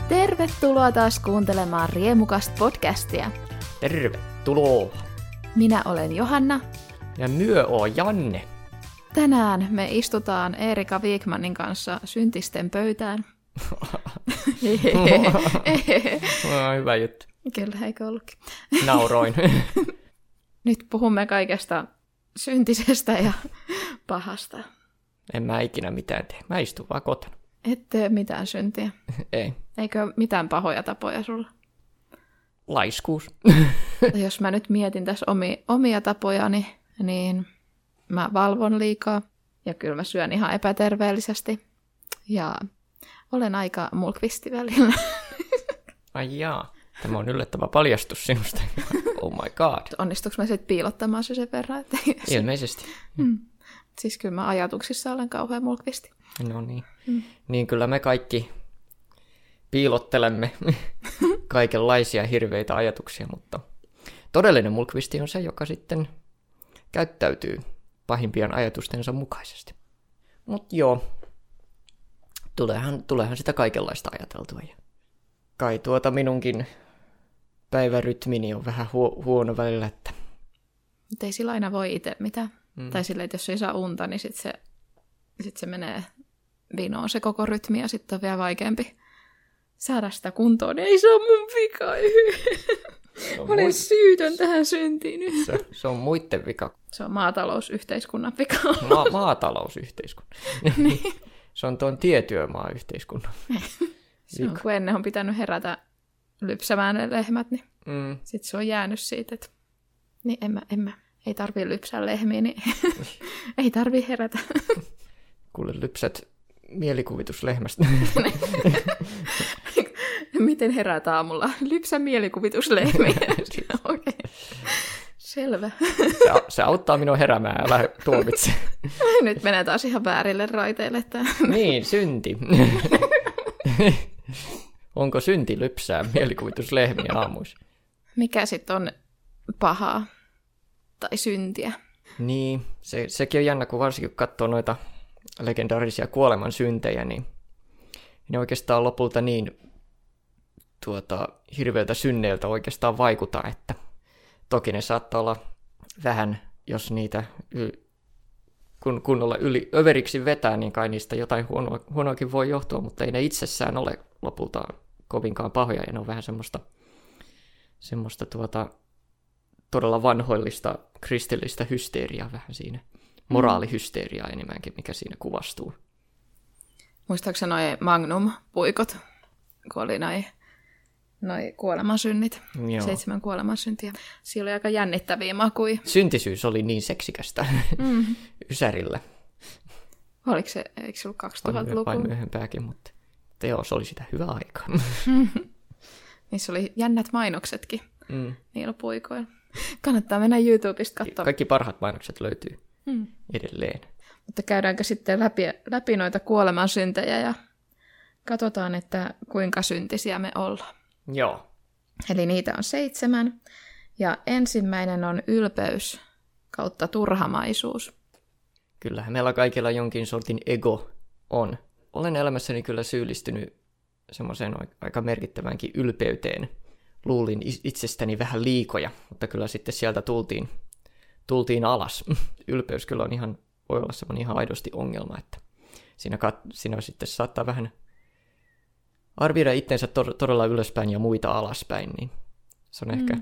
Tervetuloa taas kuuntelemaan Riemukasta podcastia. Tervetuloa. Minä olen Johanna. Ja myö on Janne. Tänään me istutaan Erika Wigmanin kanssa syntisten pöytään. Hyvä juttu. Kyllä, eikö ollutkin? Nauroin. Nyt puhumme kaikesta syntisestä ja pahasta. En mä ikinä mitään tee. Mä istun vaan kotona. Et tee mitään syntiä. Ei. Eikö mitään pahoja tapoja sulla? Laiskuus. Jos mä nyt mietin tässä omia tapojani, niin mä valvon liikaa. Ja kyllä mä syön ihan epäterveellisesti. Ja olen aika mulkvisti välillä. Ai jaa. Tämä on yllättävä paljastus sinusta. Oh my god. Onnistuuko mä sitten piilottamaan se sen verran? Että Ilmeisesti. Siis kyllä mä ajatuksissa olen kauhean mulkvisti. No niin. Niin kyllä me kaikki piilottelemme kaikenlaisia hirveitä ajatuksia, mutta todellinen mulkvisti on se, joka sitten käyttäytyy pahimpien ajatustensa mukaisesti. Mutta joo, tuleehan sitä kaikenlaista ajateltua. Ja kai minunkin päivärytmini on vähän huono välillä, että Mutta ei sillä aina voi itse mitään. Tai sillä, että jos ei saa unta, niin sit se menee vinoon se koko rytmi ja sitten on vielä vaikeampi saada sitä kuntoon. Ei se ole mun vika. Olen syytön tähän syntiin nyt. Se on muitten vika. Se on maatalousyhteiskunnan vika. Maatalousyhteiskunnan. Niin. Se on tuon tietyömaa-yhteiskunnan. Se on, kun ennen on pitänyt herätä lypsämään ne lehmät, niin sitten se on jäänyt siitä, että niin en mä. Ei tarvii lypsää lehmiä, niin ei tarvii herätä. Kuule, lypsät mielikuvituslehmästä. Miten herät aamulla? Lypsä mielikuvituslehmiä. Okei. Selvä. Se auttaa minua heräämään, älä tuomitse. Nyt menee taas ihan väärille raiteille. Niin, synti. Onko synti lypsää mielikuvituslehmiä aamuissa? Mikä sitten on pahaa? Tai syntiä. Niin, sekin on jännä, kun varsinkin katsoo noita legendaarisia kuolemansyntejä, niin ne oikeastaan lopulta niin hirveiltä synneiltä oikeastaan vaikuta, että toki ne saattaa olla vähän, jos niitä kun kunnolla överiksi vetää, niin kai niistä jotain huonoakin voi johtua, mutta ei ne itsessään ole lopulta kovinkaan pahoja, ja ne on vähän semmoista todella vanhoillista kristillistä hysteeriaa vähän siinä. Moraalihysteeriaa enemmänkin, mikä siinä kuvastuu. Muistaaksä noi Magnum-puikot, kun oli noi kuolemansynnit, Joo. 7 kuolemansyntiä. Siinä oli aika jännittäviä makuja. Syntisyys oli niin seksikästä Ysärillä. Oliko se, eikö se ollut 2000-luku? Vain myöhempääkin, mutta joo, se oli sitä hyvää aikaa. Niissä oli jännät mainoksetkin niillä puikoilla. Kannattaa mennä YouTubesta katsomaan. Kaikki parhaat mainokset löytyy edelleen. Mutta käydäänkö sitten läpi noita kuolemansyntejä ja katsotaan, että kuinka syntisiä me ollaan. Joo. Eli niitä on 7. Ja ensimmäinen on ylpeys kautta turhamaisuus. Kyllähän meillä kaikilla jonkin sortin ego on. Olen elämässäni kyllä syyllistynyt semmoiseen aika merkittävänkin ylpeyteen. Luulin itsestäni vähän liikoja, mutta kyllä sitten sieltä tultiin alas. Ylpeys kyllä voi olla semmoinen ihan aidosti ongelma, että siinä sitten saattaa vähän arvioida itsensä todella ylöspäin ja muita alaspäin, niin se on ehkä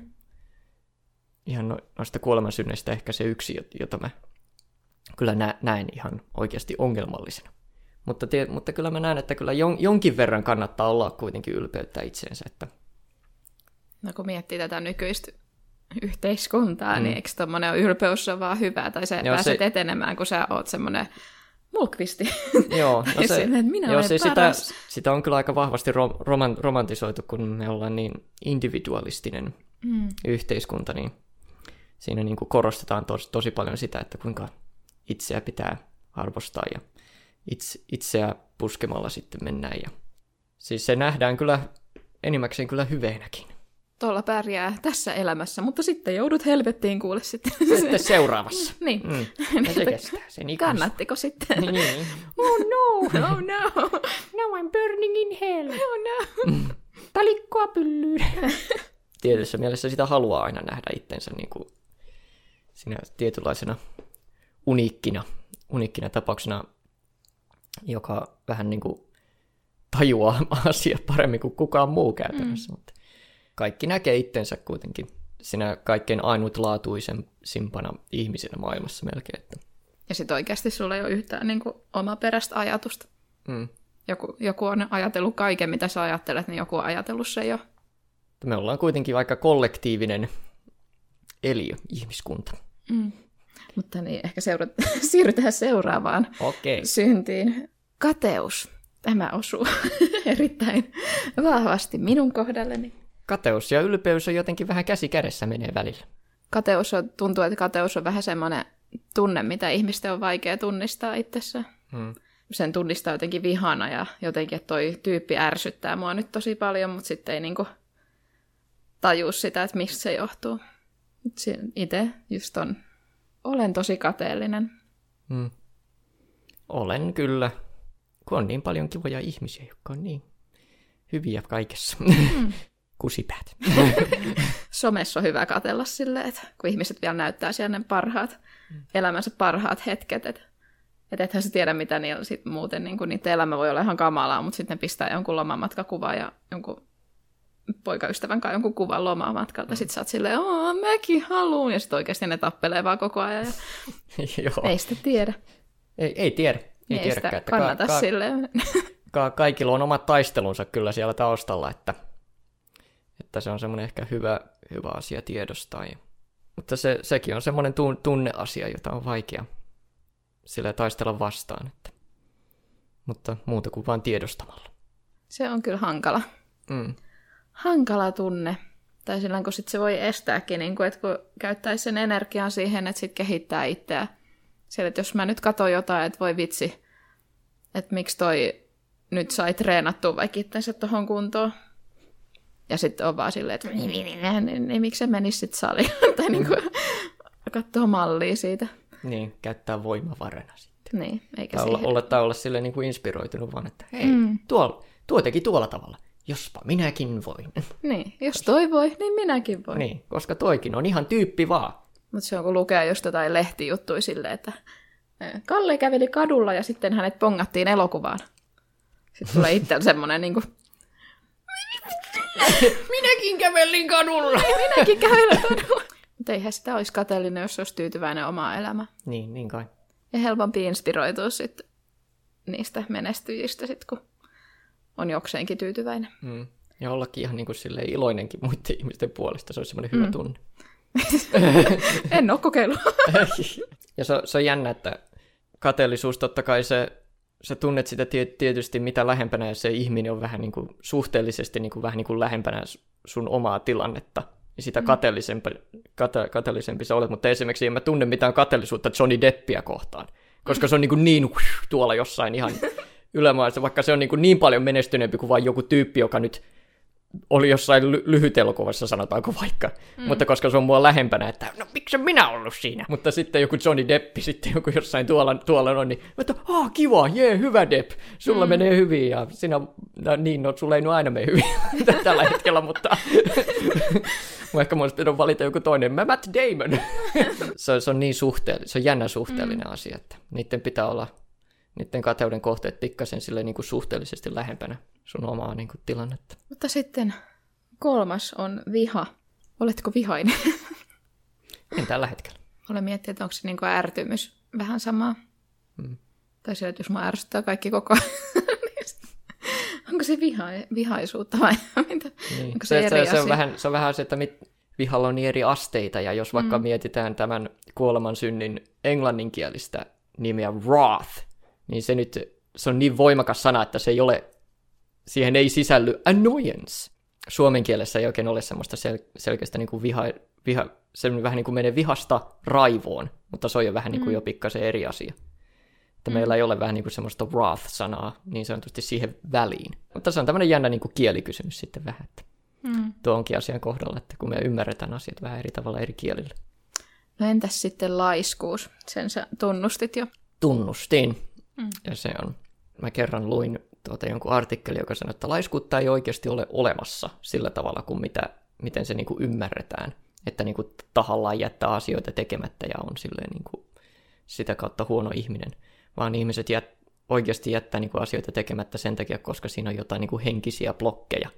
ihan noista kuolemansynneistä ehkä se yksi, jota mä kyllä näen ihan oikeasti ongelmallisena. Mutta kyllä mä näen, että kyllä jonkin verran kannattaa olla kuitenkin ylpeyttä itseensä, että no kun miettii tätä nykyistä yhteiskuntaa, niin eikö tommoinen ylpeys on vaan hyvä, tai sä pääset etenemään, kun sä oot semmoinen mulkvisti. Joo, no se, minä olen paras. Sitä on kyllä aika vahvasti romantisoitu, kun me ollaan niin individualistinen yhteiskunta, niin siinä niin kuin korostetaan tosi paljon sitä, että kuinka itseä pitää arvostaa ja itseä puskemalla sitten mennään. Ja siis se nähdään kyllä enimmäkseen kyllä hyveenäkin. tuolla pärjää tässä elämässä, mutta sitten joudut helvettiin kuule sitten. Sitten seuraavassa. Niin. Ja se kestää sen ikuisesti. Kannattiko sitten? Niin. Oh no! Oh no! Now I'm burning in hell. Oh no! Talikkoa pyllyyn. Tietyssä mielessä sitä haluaa aina nähdä itsensä niin kuin siinä tietynlaisena uniikkina tapauksena, joka vähän niin kuin tajuaa asiat paremmin kuin kukaan muu käytännössä. Mutta kaikki näkee itsensä kuitenkin siinä kaikkein ainutlaatuisimpana ihmisenä maailmassa melkein. Ja sitten oikeasti sulla ei ole yhtään niin kuin omaperäistä ajatusta. Joku on ajatellut kaiken, mitä sä ajattelet, niin joku on ajatellut se jo. Me ollaan kuitenkin aika kollektiivinen eliö, ihmiskunta. Mutta niin, ehkä siirrytään seuraavaan syntiin. Kateus. Tämä osuu erittäin vahvasti minun kohdalleni. Kateus ja ylpeys on jotenkin vähän käsi kädessä menee välillä. Tuntuu, että kateus on vähän semmoinen tunne, mitä ihmisten on vaikea tunnistaa itsessään. Sen tunnistaa jotenkin vihana ja jotenkin, että toi tyyppi ärsyttää mua nyt tosi paljon, mutta sitten ei niinku tajua sitä, että mistä se johtuu. Itse just olen tosi kateellinen. Olen kyllä, kun on niin paljon kivoja ihmisiä, jotka on niin hyviä kaikessa. Kusipäät. Somessa on hyvä katsella silleen, että kun ihmiset vielä näyttää siellä ne elämänsä parhaat hetket, että ethän sä tiedä, mitä niillä sit muuten, niin niiden elämä voi olla ihan kamalaa, mutta sitten ne pistää jonkun lomamatkakuvan ja jonkun poikaystävän kanssa jonkun kuvan lomamatkalta. Sitten sä oot silleen, mäkin haluun, ja sitten oikeasti ne tappelee vaan koko ajan. Ja ei sitä tiedä. Ei tiedä. Ei sitä kannata silleen. Kaikilla on omat taistelunsa kyllä siellä taustalla, että se on semmoinen ehkä hyvä asia tiedostaa. Mutta sekin on semmoinen tunneasia, jota on vaikea sillä taistella vastaan. Mutta muuta kuin vain tiedostamalla. Se on kyllä hankala. Hankala tunne. Tai silloin, kun sit se voi estääkin, niin kun, että kun käyttäisi sen energian siihen, että sit kehittää itseään. Sillä, että jos mä nyt katson jotain, että voi vitsi, että miksi toi nyt sai treenattua vaikka itsensä tuohon kuntoon. Ja sitten on vaan silleen, että niin miksi se menisi sitten saliin? Tai niin kuin katsoo mallia siitä. Niin, käyttää voimavarana sitten. Niin, eikä siihen. Olla silleen niin kuin inspiroitunut vaan, että hei, tuo teki tuolla tavalla. Jospa minäkin voin. Niin, jos toi voi, niin minäkin voin. Niin, koska toikin on ihan tyyppi vaan. Mutta se on kun lukee just jotain lehtijuttuja silleen, että Kalle käveli kadulla ja sitten hänet pongattiin elokuvaan. Sitten tulee itsellä semmoinen niin kuin minäkin kävelin kadulla. Minäkin kävelin kadulla. Mutta eihän sitä olisi kateellinen, jos olisi tyytyväinen omaa elämää. Niin kai. Ja helpompi inspiroitua sitten niistä menestyjistä, sit, kun on jokseenkin tyytyväinen. Ja ollakin ihan niin kuin silleen iloinenkin muiden ihmisten puolesta. Se olisi semmoinen hyvä tunne. En ole kokeillut. Ja se on jännä, että kateellisuus totta kai sä tunnet sitä tietysti mitä lähempänä, ja se ihminen on vähän niin kuin suhteellisesti niin kuin vähän niin kuin lähempänä sun omaa tilannetta, ja sitä kateellisempi sä olet. Mutta esimerkiksi en mä tunne mitään kateellisuutta Johnny Deppiä kohtaan, koska se on niin tuolla jossain ihan ylämaassa, vaikka se on niin paljon menestyneempi kuin vain joku tyyppi, joka nyt oli jossain lyhytelokuvassa, sanotaanko vaikka. Mutta koska se on mua lähempänä, että no miksi minä ollut siinä? Mutta sitten joku Johnny Deppi, sitten joku jossain tuolla on, niin että kiva, hyvä Depp, sulla menee hyvin, ja sinä, sulla ei aina mene hyvin tällä hetkellä, mutta ehkä mun olisi valita joku toinen, Matt Damon. se on niin se on jännä suhteellinen asia, että niiden kateuden kohteet pikkasen silleen niin kuin suhteellisesti lähempänä sun omaa niin kuin tilannetta. Mutta sitten 3. on viha. Oletko vihainen? En tällä hetkellä. Olen miettinyt, että onko se niin kuin ärtymys vähän samaa. Tai se, että jos mä ärsyttää kaikki koko ajan. Onko se vihaisuutta vai mitä? Niin. Onko se eri asia? Se on vähän se, että vihalla on niin eri asteita. Ja jos vaikka mietitään tämän kuolemansynnin englanninkielistä nimeä wrath, niin se on niin voimakas sana, että siihen ei sisälly annoyance. Suomen kielessä ei oikein ole semmoista selkeästä niin kuin se vähän niin kuin menee vihasta raivoon, mutta se on jo vähän niin kuin jo pikkasen eri asia. Että meillä ei ole vähän niin kuin semmoista wrath-sanaa niin sanotusti siihen väliin. Mutta se on tämmöinen jännä niin kuin kielikysymys sitten vähän. tuonkin asian kohdalla, että kun me ymmärretään asiat vähän eri tavalla eri kielillä. No entäs sitten laiskuus? Sen sä tunnustit jo. Tunnustin. Ja se on, mä kerran luin jonkun artikkeli, joka sanoi, että laiskuutta ei oikeasti ole olemassa sillä tavalla kuin miten se niin kuin ymmärretään. Että niin kuin tahallaan jättää asioita tekemättä ja on silleen niin kuin sitä kautta huono ihminen. Vaan ihmiset oikeasti jättää niin kuin asioita tekemättä sen takia, koska siinä on jotain niin kuin henkisiä blokkeja.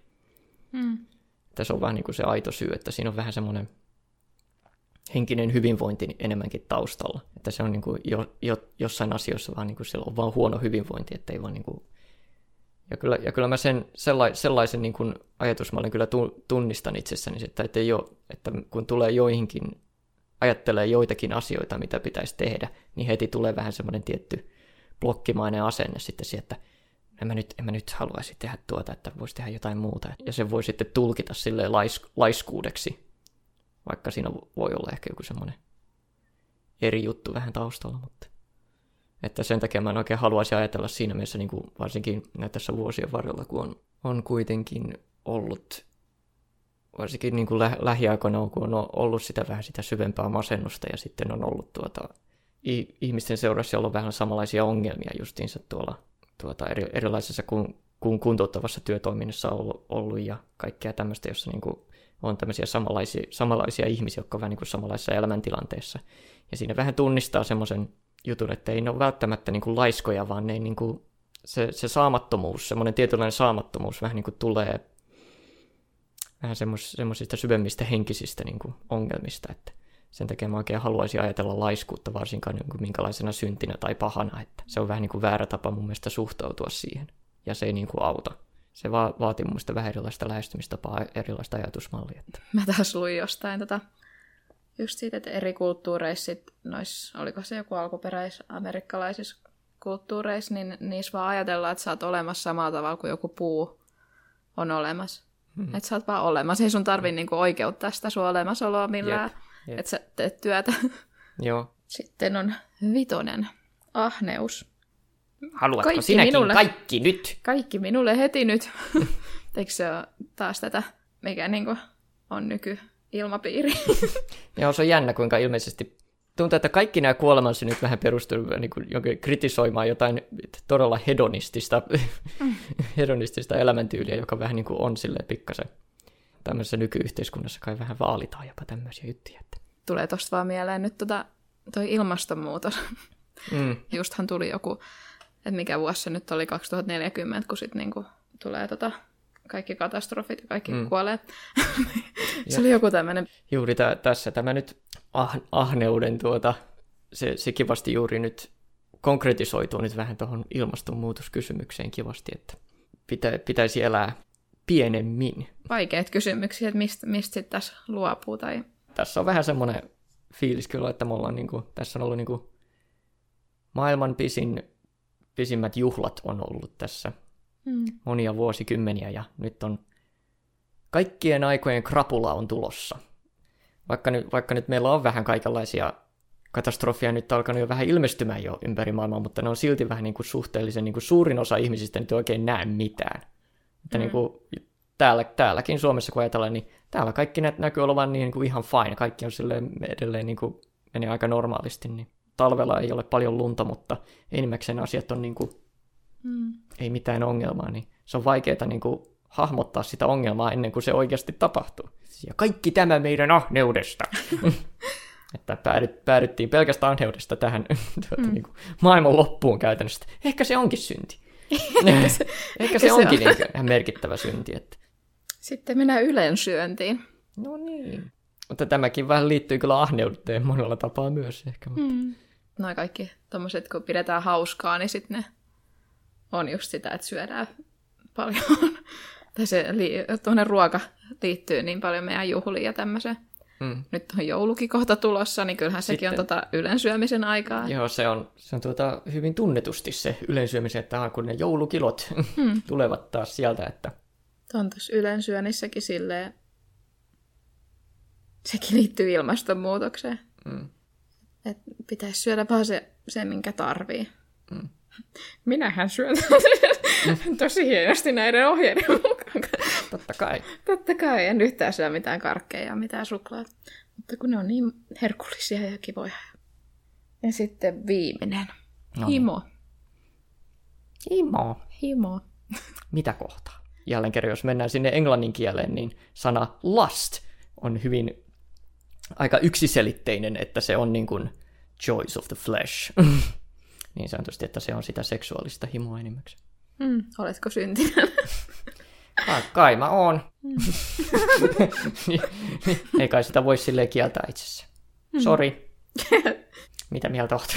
Tässä on vähän niin kuin se aito syy, että siinä on vähän semmoinen henkinen hyvinvointi enemmänkin taustalla. Että se on niin kuin jossain asioissa vaan niin kuin siellä on vaan huono hyvinvointi, että ei vaan niin kuin... Ja kyllä mä sellaisen niin kuin ajatusmallin kyllä tunnistan itsessäni, että ei ole, että kun tulee ajattelee joitakin asioita, mitä pitäisi tehdä, niin heti tulee vähän semmoinen tietty blokkimainen asenne sitten siihen, että en mä nyt haluaisi tehdä tuota, että voisi tehdä jotain muuta. Ja se voi sitten tulkita silleen laiskuudeksi, vaikka siinä voi olla ehkä joku semmoinen eri juttu vähän taustalla, mutta että sen takia mä en oikein haluaisi ajatella siinä mielessä, niin kuin varsinkin tässä vuosien varrella, kun on kuitenkin ollut, varsinkin niin kuin lähiaikoina, kun on ollut vähän sitä syvempää masennusta ja sitten on ollut ihmisten seurassa ollut vähän samanlaisia ongelmia justiinsa erilaisessa kuin kuntouttavassa työtoiminnassa on ollut ja kaikkea tämmöistä, jossa niin kuin on tämmöisiä samanlaisia ihmisiä, jotka on vähän niin kuin samanlaisessa elämäntilanteessa. Ja siinä vähän tunnistaa semmoisen jutun, että ei ne ole välttämättä niin kuin laiskoja, vaan ne niin kuin, se saamattomuus, semmoinen tietynlainen saamattomuus vähän niin kuin tulee vähän semmoisista syvemmistä henkisistä niin kuin ongelmista, että sen takia mä oikein haluaisin ajatella laiskuutta varsinkaan niin kuin minkälaisena syntinä tai pahana, että se on vähän niin kuin väärä tapa mun mielestä suhtautua siihen, ja se ei niin kuin auta. Se vaatii mun mielestä vähän erilaista lähestymistapaa, erilaista ajatusmallia. Mä taas luin jostain just siitä, että eri kulttuureissa, oliko se joku alkuperäis-amerikkalaisissa kulttuureissa, niin niissä vaan ajatellaan, että sä oot olemassa samalla tavalla kuin joku puu on olemassa. Että sä oot vaan olemassa. Ei sun tarvitse niinku oikeuttaa sitä sun olemasoloa millään, että sä teet työtä. Joo. Sitten on 5. ahneus. Haluatko kaikki sinäkin minulle, kaikki nyt? Kaikki minulle heti nyt. Eikö se ole taas tätä, mikä niinku on nykyilmapiiri? Joo, se on jännä, kuinka ilmeisesti tuntuu, että kaikki nämä kuolemansynyt vähän perustuvat niin kritisoimaan jotain todella hedonistista elämäntyyliä, joka vähän niin kuin on silleen pikkasen tämmöisessä nykyyhteiskunnassa kai vähän vaalitaan jopa tämmöisiä juttuja. Tulee tosta vaan mieleen nyt toi ilmastonmuutos. Justhan tuli joku, että mikä vuosi se nyt oli 2040, kun sitten niinku tulee kaikki katastrofit ja kaikki kuolee. Se oli joku tämmöinen. Juuri tässä tämä nyt ahneuden se kivasti juuri nyt konkretisoituu nyt vähän tuohon ilmastonmuutoskysymykseen kivasti, että pitäisi elää pienemmin. Vaikeat kysymyksiä, että mistä sitten tässä luopuu tai... Tässä on vähän semmoinen fiilis kyllä, että me ollaan tässä on ollut maailman pisimmät juhlat on ollut tässä monia vuosikymmeniä, ja nyt on kaikkien aikojen krapula on tulossa. Vaikka nyt meillä on vähän kaikenlaisia katastrofia nyt alkanut jo vähän ilmestymään jo ympäri maailmaa, mutta ne on silti vähän niin kuin suhteellisen niin kuin suurin osa ihmisistä nyt ei oikein näe mitään. Että niin kuin täälläkin Suomessa, kun ajatellaan, niin täällä kaikki näkyy olevan niin kuin ihan fine. Kaikki on silleen edelleen niin kuin menee aika normaalisti, niin talvella ei ole paljon lunta, mutta enimmäkseen asiat on niin kuin, ei mitään ongelmaa, niin se on vaikeaa niin kuin hahmottaa sitä ongelmaa ennen kuin se oikeasti tapahtuu. Ja kaikki tämä meidän ahneudesta. Että päädyttiin pelkästään ahneudesta tähän niin kuin maailman loppuun käytännössä. Ehkä se onkin synti. Ehkä se onkin niin ihan merkittävä synti. Että... Sitten mennään ylensyöntiin. No niin. Mutta tämäkin vähän liittyy kyllä ahneuteen monella tapaa myös ehkä. Mutta... Noi kaikki tommoset, kun pidetään hauskaa, niin sitten ne on just sitä, että syödään paljon. Tai se tuonne ruoka liittyy niin paljon meidän juhliin ja tämmöiseen. Nyt on joulukin kohta tulossa, niin kyllähän sekin sitten on ylensyömisen aikaa. Joo, se on hyvin tunnetusti se ylensyömisen, että kun ne joulukilot tulevat taas sieltä. Että... On tuossa ylensyönnissäkin silleen, sekin liittyy ilmastonmuutokseen. Että pitäisi syödä vaan se minkä tarvii. Minähän syön tosi hienosti näiden ohjeiden mukaan. Totta kai. Totta kai, en yhtään syö mitään karkkeja ja mitään suklaata. Mutta kun ne on niin herkullisia ja kivoja. Ja sitten viimeinen. Himo. Himo. Mitä kohtaa? Jälleen kerran, jos mennään sinne englannin kieleen, niin sana lust on hyvin aika yksiselitteinen, että se on niin kuin joys of the flesh. Niin sanotusti, että se on sitä seksuaalista himoa enimmäkseen. Oletko syntinen? Kai mä oon. Ei kai sitä voi silleen kieltää itsessä. Sori. Mitä mieltä oot?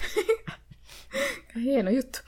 Hieno juttu.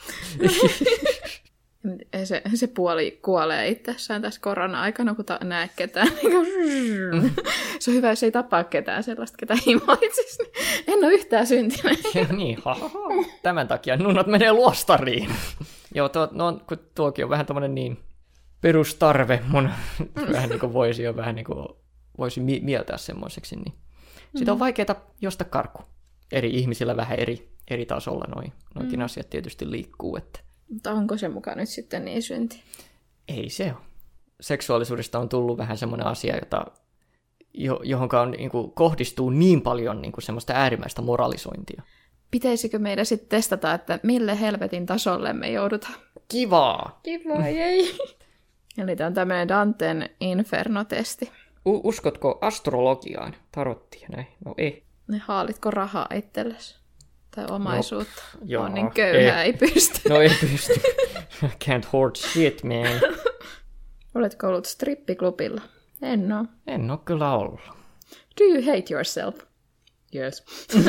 Se puoli kuolee itsessään tässä korona-aikana, kun näe ketään. Se on hyvä, jos ei tapaa ketään sellaista, ketä himoitsisi. En ole yhtään syntinen. Niin, tämän takia nunnat menee luostariin. Joo, kun tuokin on vähän tommonen niin perustarve, mun vähän niin kuin voisi jo vähän niin kuin voisi mieltää semmoiseksi, niin sitä on vaikeaa josta karkuun. Eri ihmisillä vähän eri tasolla noikin asiat tietysti liikkuu. Että. Mutta onko se mukaan nyt sitten niin synti? Ei se ole. Seksuaalisuudesta on tullut vähän semmoinen asia, johonka on, niin kuin, kohdistuu niin paljon niin kuin semmoista äärimmäistä moralisointia. Pitäisikö meidän sitten testata, että mille helvetin tasolle me joudutaan? Kivaa! Kivaa, jei! Eli tämä on tämmöinen Danten Inferno-testi. Uskotko astrologiaan, tarottiin näin? No ei. Ne haalitko rahaa itsellesi? Tai omaisuutta? Joo, on niin köyhää, ei pysty. No ei pysty. Can't hoard shit, man. Oletko ollut strippiklubilla? En oo. En oo kyllä ollut. Do you hate yourself? Yes.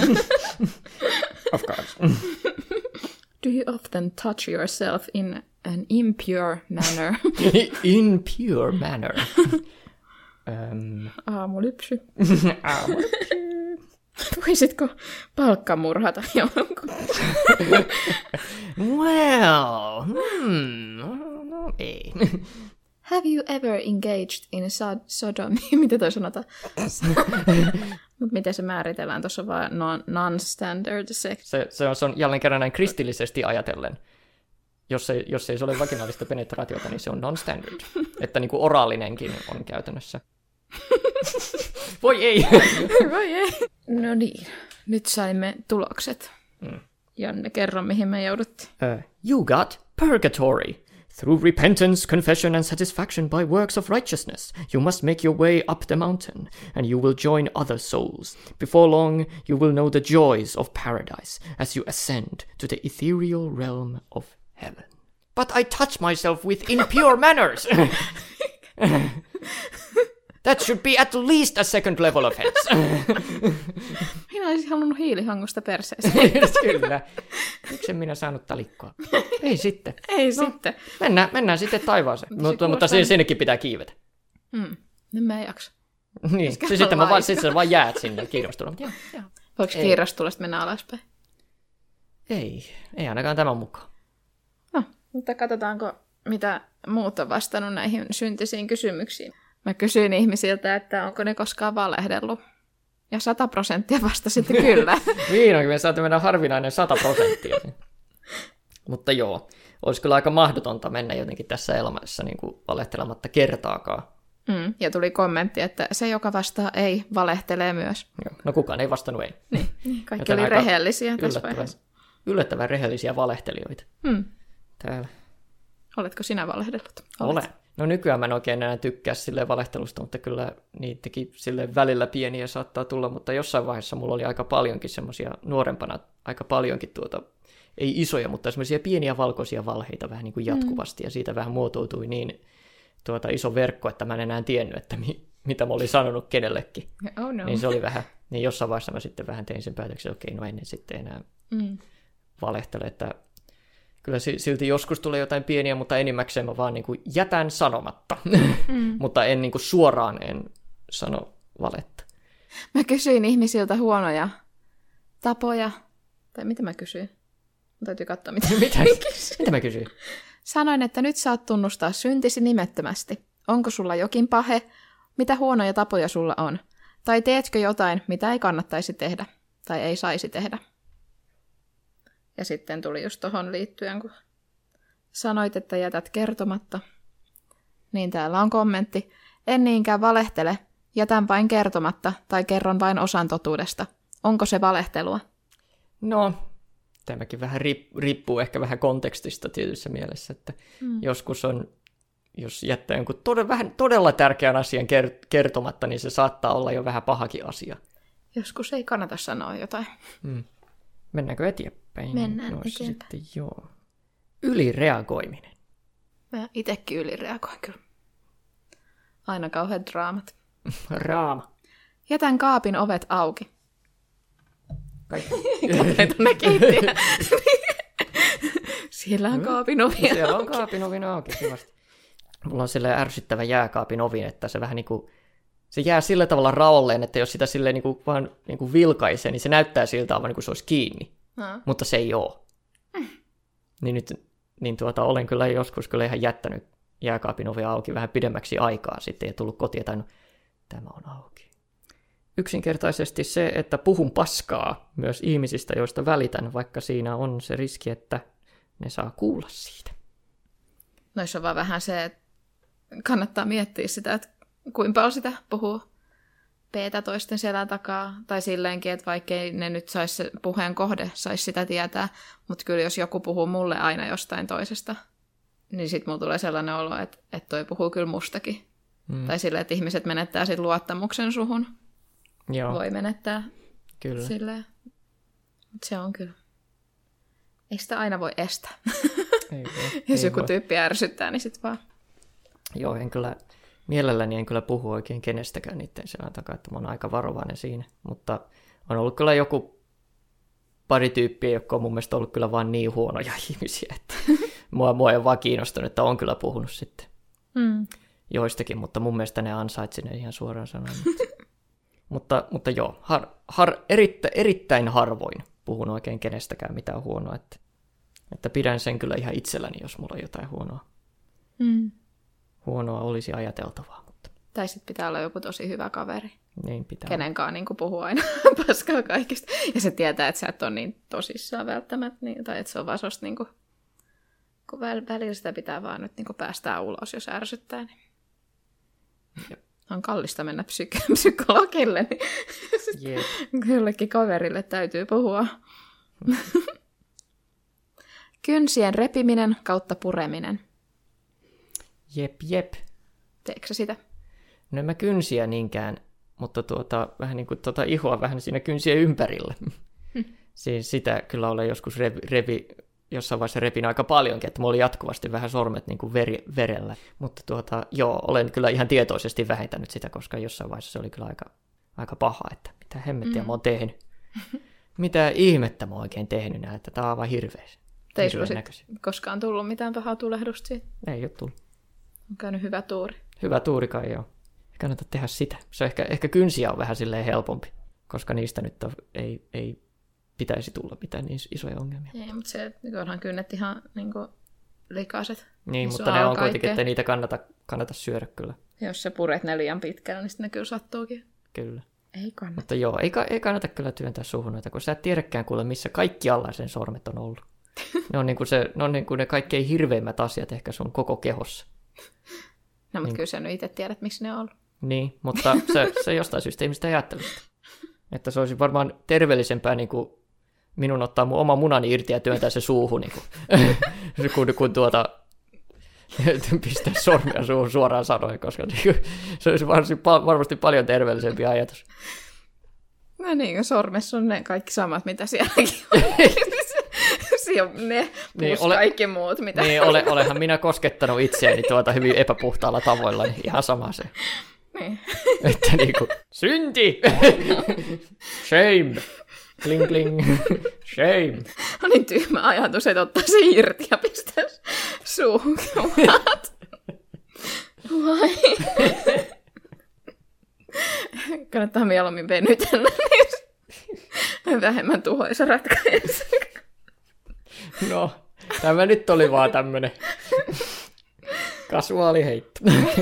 Of course. Do you often touch yourself in an impure manner? Impure manner. Aamulypsy. Voisitko palkkamurhata jonkun? Well, no ei. Have you ever engaged in sodomy? Miten toi sanotaan? Mutta miten se määritellään? Tuossa on vaan non-standard sex. Se on jälleen kerran näin kristillisesti ajatellen. Jos ei se ole vaginaalista penetraatiota, niin se on non-standard. Että niin kuin oraalinenkin on käytännössä. Voi ei! Voi ei! No niin, nyt saimme tulokset. Janne, kerro mihin me jouduttiin. You got purgatory. Through repentance, confession and satisfaction by works of righteousness, you must make your way up the mountain, and you will join other souls. Before long, you will know the joys of paradise as you ascend to the ethereal realm of heaven. But I touch myself with impure manners! That should be at least a second level offense. Minä olisin halunnut hiilihangusta perseeseen. Kyllä. Miksi minä saanut talikkoa? Ei sitten. Ei sitten. Mennään sitten taivaaseen. Mutta sinnekin pitää kiivetä. Nyt mä en jaksa. Niin, sitten vaan jäät sinne kiirastulla. Voiko kiirastulasta mennä alaspäin? Ei ainakaan tämän mukaan. No, mutta katsotaanko, mitä muut on vastannut näihin syntisiin kysymyksiin. Mä kysyin ihmisiltä, että onko ne koskaan valehdellut. Ja 100% vastasitte kyllä. Vihdoinkin me saatiin mennä harvinainen 100%. Mutta joo, olisi kyllä aika mahdotonta mennä jotenkin tässä elämässä niin kuin valehtelematta kertaakaan. Ja tuli kommentti, että se, joka vastaa ei, valehtelee myös. Joo. No kukaan ei vastannut ei. Niin, kaikki oli rehellisiä tässä vaiheessa. Yllättävän rehellisiä valehtelijoita. Täällä. Oletko sinä valehdellut? Olen. No nykyään mä en oikein enää tykkää silleen valehtelusta, mutta kyllä niitäkin silleen välillä pieniä saattaa tulla, mutta jossain vaiheessa mulla oli aika paljonkin semmoisia nuorempana, aika paljonkin ei isoja, mutta semmoisia pieniä valkoisia valheita vähän niin kuin jatkuvasti, ja siitä vähän muotoutui niin iso verkko, että mä en enää tiennyt, että mitä mä olin sanonut kenellekin. Oh no. Niin se oli vähän, niin jossain vaiheessa mä sitten vähän tein sen päätöksen, okei, no ennen sitten enää valehtele, että kyllä silti joskus tulee jotain pieniä, mutta enimmäkseen mä vaan niin kuin jätän sanomatta, mutta en niin kuin suoraan en sano valetta. Mä kysyin ihmisiltä huonoja tapoja, tai mitä mä kysyin? Mä täytyy katsoa, mitä mä kysyin? Sanoin, että nyt saat tunnustaa syntisi nimettömästi. Onko sulla jokin pahe? Mitä huonoja tapoja sulla on? Tai teetkö jotain, mitä ei kannattaisi tehdä? Tai ei saisi tehdä? Ja sitten tuli just tohon liittyen, kun sanoit, että jätät kertomatta. Niin täällä on kommentti. En niinkään valehtele. Jätän vain kertomatta tai kerron vain osan totuudesta. Onko se valehtelua? No, tämäkin vähän riippuu ehkä vähän kontekstista tietyssä mielessä, että joskus on, jos jättää jonkun todella tärkeän asian kertomatta, niin se saattaa olla jo vähän pahakin asia. Joskus ei kannata sanoa jotain. Mennäänkö eteenpäin? Mennään eteenpäin. Sitten joo. Ylireagoiminen. Mä itsekin ylireagoin kyllä. Aina kauheat draamat. Raama. Jätän kaapin ovet auki. Katsoin tuonne keittiöön. Siellä on kaapin ovi auki. Siellä on kaapin ovi auki, kivasti. Mulla on silleen ärsyttävä jääkaapin ovi, että se vähän niinku, se jää sillä tavalla raolleen, että jos sitä silleen niinku vaan niinku vilkaisee, niin se näyttää siltä aivan niin kuin se olisi kiinni. Mutta se ei ole. Niin olen kyllä joskus kyllä ihan jättänyt jääkaapin ovi auki vähän pidemmäksi aikaa sitten ja tullut kotiin, että tämä on auki. Yksinkertaisesti se, että puhun paskaa myös ihmisistä, joista välitän, vaikka siinä on se riski, että ne saa kuulla siitä. Noissa on vaan vähän se, että kannattaa miettiä sitä, että kuinka paljon sitä puhuu peetä toisten selän takaa. Tai silleenkin, että vaikkei ne nyt saisi se puheen kohde, saisi sitä tietää. Mutta kyllä jos joku puhuu mulle aina jostain toisesta, niin sitten mulla tulee sellainen olo, että toi puhuu kyllä mustakin. Tai silleen, että ihmiset menettää sit luottamuksen suhun. Joo. Voi menettää kyllä. Silleen. Mutta se on kyllä. Ei sitä aina voi estää. Jos joku tyyppi ärsyttää, niin sitten vaan. Joo, mielelläni en kyllä puhu oikein kenestäkään niiden selän takaa, että mä oon aika varovainen siinä. Mutta on ollut kyllä joku pari tyyppiä, jotka on mun mielestä ollut kyllä vaan niin huonoja ihmisiä, että mua ei vaan kiinnostunut, että on kyllä puhunut sitten joistakin, mutta mun mielestä ne ansaitsi ne ihan suoraan sanoen. Mutta joo, erittäin harvoin puhun oikein kenestäkään mitään huonoa, että pidän sen kyllä ihan itselläni, jos mulla on jotain huonoa. Huonoa olisi ajateltavaa. Mutta tai sitten pitää olla joku tosi hyvä kaveri, niin pitää kenenkaan niin puhuu aina paskaa kaikista. Ja se tietää, että sä et ole niin tosissaan välttämättä, niin, tai että se on vaan sosta, niin kun välillä sitä pitää vaan nyt niin päästää ulos, jos ärsyttää. Niin. On kallista mennä psykologille, niin jollekin kaverille täytyy puhua. Kynsien repiminen kautta pureminen. Jep. Teekö sä sitä? No en mä kynsiä niinkään, mutta vähän niin kuin ihoa vähän siinä kynsien ympärillä. Siis sitä kyllä olen joskus jossain vaiheessa repin aika paljonkin, että mulla oli jatkuvasti vähän sormet niin kuin verellä. Mutta joo, olen kyllä ihan tietoisesti vähentänyt sitä, koska jossain vaiheessa se oli kyllä aika paha, että mitä hemmettiä mä oon tehnyt. Mitä ihmettä mä oon oikein tehnyt näin, että tää on aivan hirveä. Ei sulla koskaan tullut mitään pahaa tulehdusta siitä? Ei ole tullut. On käynyt hyvä tuuri. Hyvä tuuri kai joo. Ei kannata tehdä sitä. Se on ehkä kynsiä on vähän silleen helpompi, koska niistä nyt ei pitäisi tulla mitään niin isoja ongelmia. Ei, mutta se onhan kynnet ihan niin likaiset. Niin, mutta ne on kuitenkin, että niitä kannata syödä kyllä. Ja jos sä puret ne liian pitkällä, niin sitten ne kyllä sattuukin. Kyllä. Ei kannata. Mutta joo, ei kannata kyllä työntää suhun noita, kun sä et tiedäkään kuule, missä kaikki alla sen sormet on ollut. Ne on niin kuin ne kaikkein hirveimmät asiat ehkä sun koko kehossa. No, mutta kyllä sä nyt itse tiedät, miksi ne on ollut. Niin, mutta se jostain syystä ihmistä ajattelee sitä. Että se olisi varmaan terveellisempää niin kuin minun ottaa mun oma munani irti ja työntää se suuhun, niin kuin, kun pistää sormia suuhun suoraan sanoen, koska se olisi varmasti paljon terveellisempi ajatus. No niin, sormessa on ne kaikki samat, mitä sielläkin on. Ne plus kaikki muut, mitä... Niin, olehan minä koskettanut itseäni hyvin epäpuhtaalla tavoilla, niin ihan sama se. Niin. Että niinku, synti! Shame! Kling, kling. Shame. On niin tyhmä ajatus, että ottaa se irti ja pistää suuhun. Vai? Kannattaa mieluummin venytellä, niin vähemmän tuhoisa ratkaisu. No, tämä nyt oli vaan tämmönen kasuaali heitto.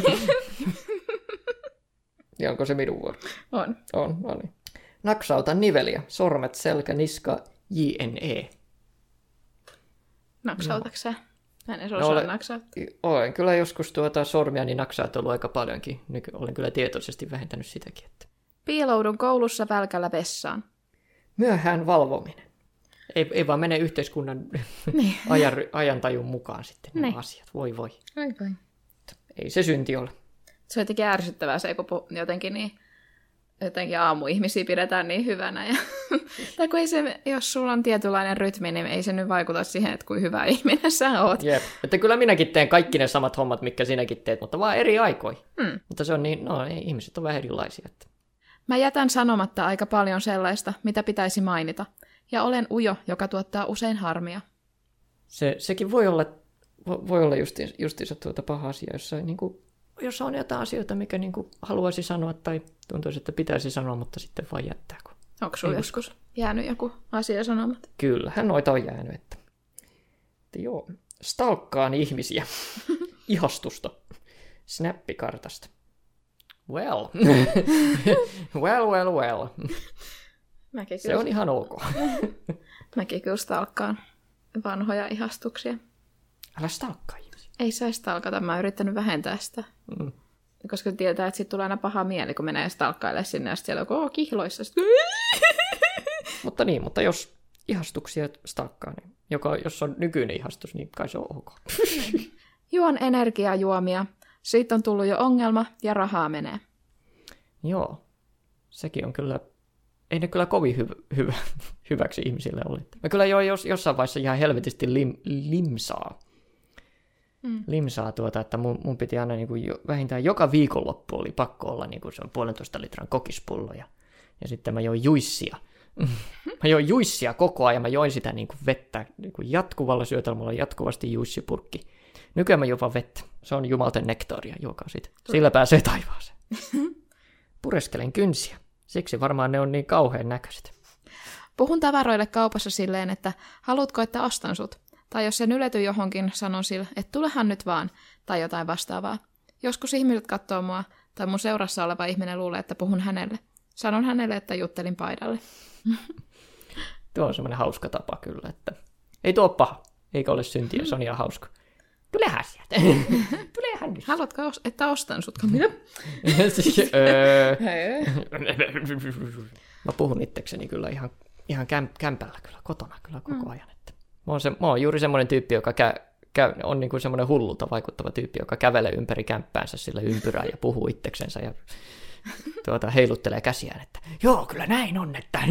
Ja onko se minun vuoro? On. No niin. Naksauta niveliä, sormet, selkä, niska, JNE. Naksautatko sä? Mä en edes osaa naksauttaa. Olen kyllä joskus sormiani naksauttanut aika paljonkin. Olen kyllä tietoisesti vähentänyt sitäkin. Että... Piiloudun koulussa välkällä vessaan. Myöhään valvominen. Ei vaan mene yhteiskunnan niin. ajantajun mukaan sitten nämä asiat. Voi. Ai. Ei se synti ole. Se on jotenkin ärsyttävää se, kun jotenkin aamuihmisiä pidetään niin hyvänä. Tai kun ei se, jos sulla on tietynlainen rytmi, niin ei se nyt vaikuta siihen, että kuin hyvä ihminen sä oot. Jep. Että kyllä minäkin teen kaikki ne samat hommat, mitkä sinäkin teet, mutta vaan eri aikoihin. Mutta se on niin, ihmiset on vähän erilaisia. Että... Mä jätän sanomatta aika paljon sellaista, mitä pitäisi mainita. Ja olen ujo, joka tuottaa usein harmia. Sekin voi olla justiinsa paha asia, jos on jotain asioita, mikä haluaisi sanoa tai tuntuisi, että pitäisi sanoa, mutta sitten vaan jättää. Onko sinulla joskus jäänyt joku asia sanomatta? Kyllähän noita on jäänyt. Että joo, stalkkaan ihmisiä. Ihastusta. Snappikartasta. Well. well. Se on ihan ok. Mäkin kyllä stalkkaan vanhoja ihastuksia. Älä stalkkaa ihmisiä. Ei saisi stalkata, mä oon yrittänyt vähentää sitä. Koska tietää, että siitä tulee aina paha mieli, kun menee stalkkailemaan sinne, ja sitten siellä on kihloissa. mutta jos ihastuksia stalkkaa, niin jos on nykyinen ihastus, niin kai se on ok. Juon energiajuomia. Siitä on tullut jo ongelma, ja rahaa menee. Joo, sekin on kyllä... Ei ne kyllä kovin hyväksi ihmisille ole. Mä kyllä jossain vaiheessa ihan helvetisti limsaa. Limsaa että mun piti aina vähintään joka viikonloppu oli pakko olla se on 1,5 litran kokispullo. Ja sitten mä join juissia. Mä join juissia koko ajan. Mä join sitä vettä jatkuvalla syötelmällä, jatkuvasti juissipurkki. Nykyään mä juon vaan vettä. Se on jumalten nektaaria, juokaa sitä. Sillä pääsee taivaaseen. Pureskelen kynsiä. Siksi varmaan ne on niin kauhean näköiset. Puhun tavaroille kaupassa silleen, että haluatko, että ostan sut? Tai jos sen ylety johonkin, sanon sille, että tulehan nyt vaan, tai jotain vastaavaa. Joskus ihmiset katsoo mua, tai mun seurassa oleva ihminen luulee, että puhun hänelle. Sanon hänelle, että juttelin paidalle. Tuo on semmoinen hauska tapa kyllä, että ei tuo paha, eikä ole syntiä, se on ihan hauska. Tulehan sieltä. Tulehan nyt. Haluatko, että ostan sut? Mitä? Mä puhun itsekseni kyllä ihan kämpällä kyllä, kotona kyllä koko ajan. Että mä oon juuri semmoinen tyyppi, joka on niin kuin semmoinen hullulta vaikuttava tyyppi, joka kävelee ympäri kämppäänsä sillä ympyrää ja puhuu itseksensä ja heiluttelee käsiään, että joo, kyllä näin on, että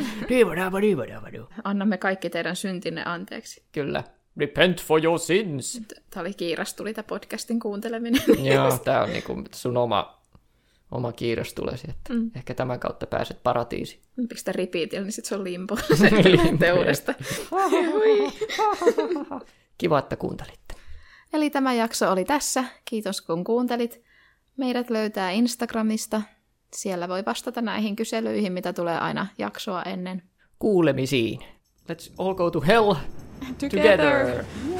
annamme kaikki teidän syntinne anteeksi. Kyllä. Repent for your sins. Tämä oli kiirastuli, tämä podcastin kuunteleminen. Joo, tämä on niinku sun oma kiirastulesi, että ehkä tämän kautta pääset paratiisiin. Pistä repeatillä, niin sitten se on limpo. Teudesta. Kiva, että kuuntelitte. Eli tämä jakso oli tässä. Kiitos, kun kuuntelit. Meidät löytää Instagramista. Siellä voi vastata näihin kyselyihin, mitä tulee aina jaksoa ennen. Kuulemisiin. Let's all go to hell together.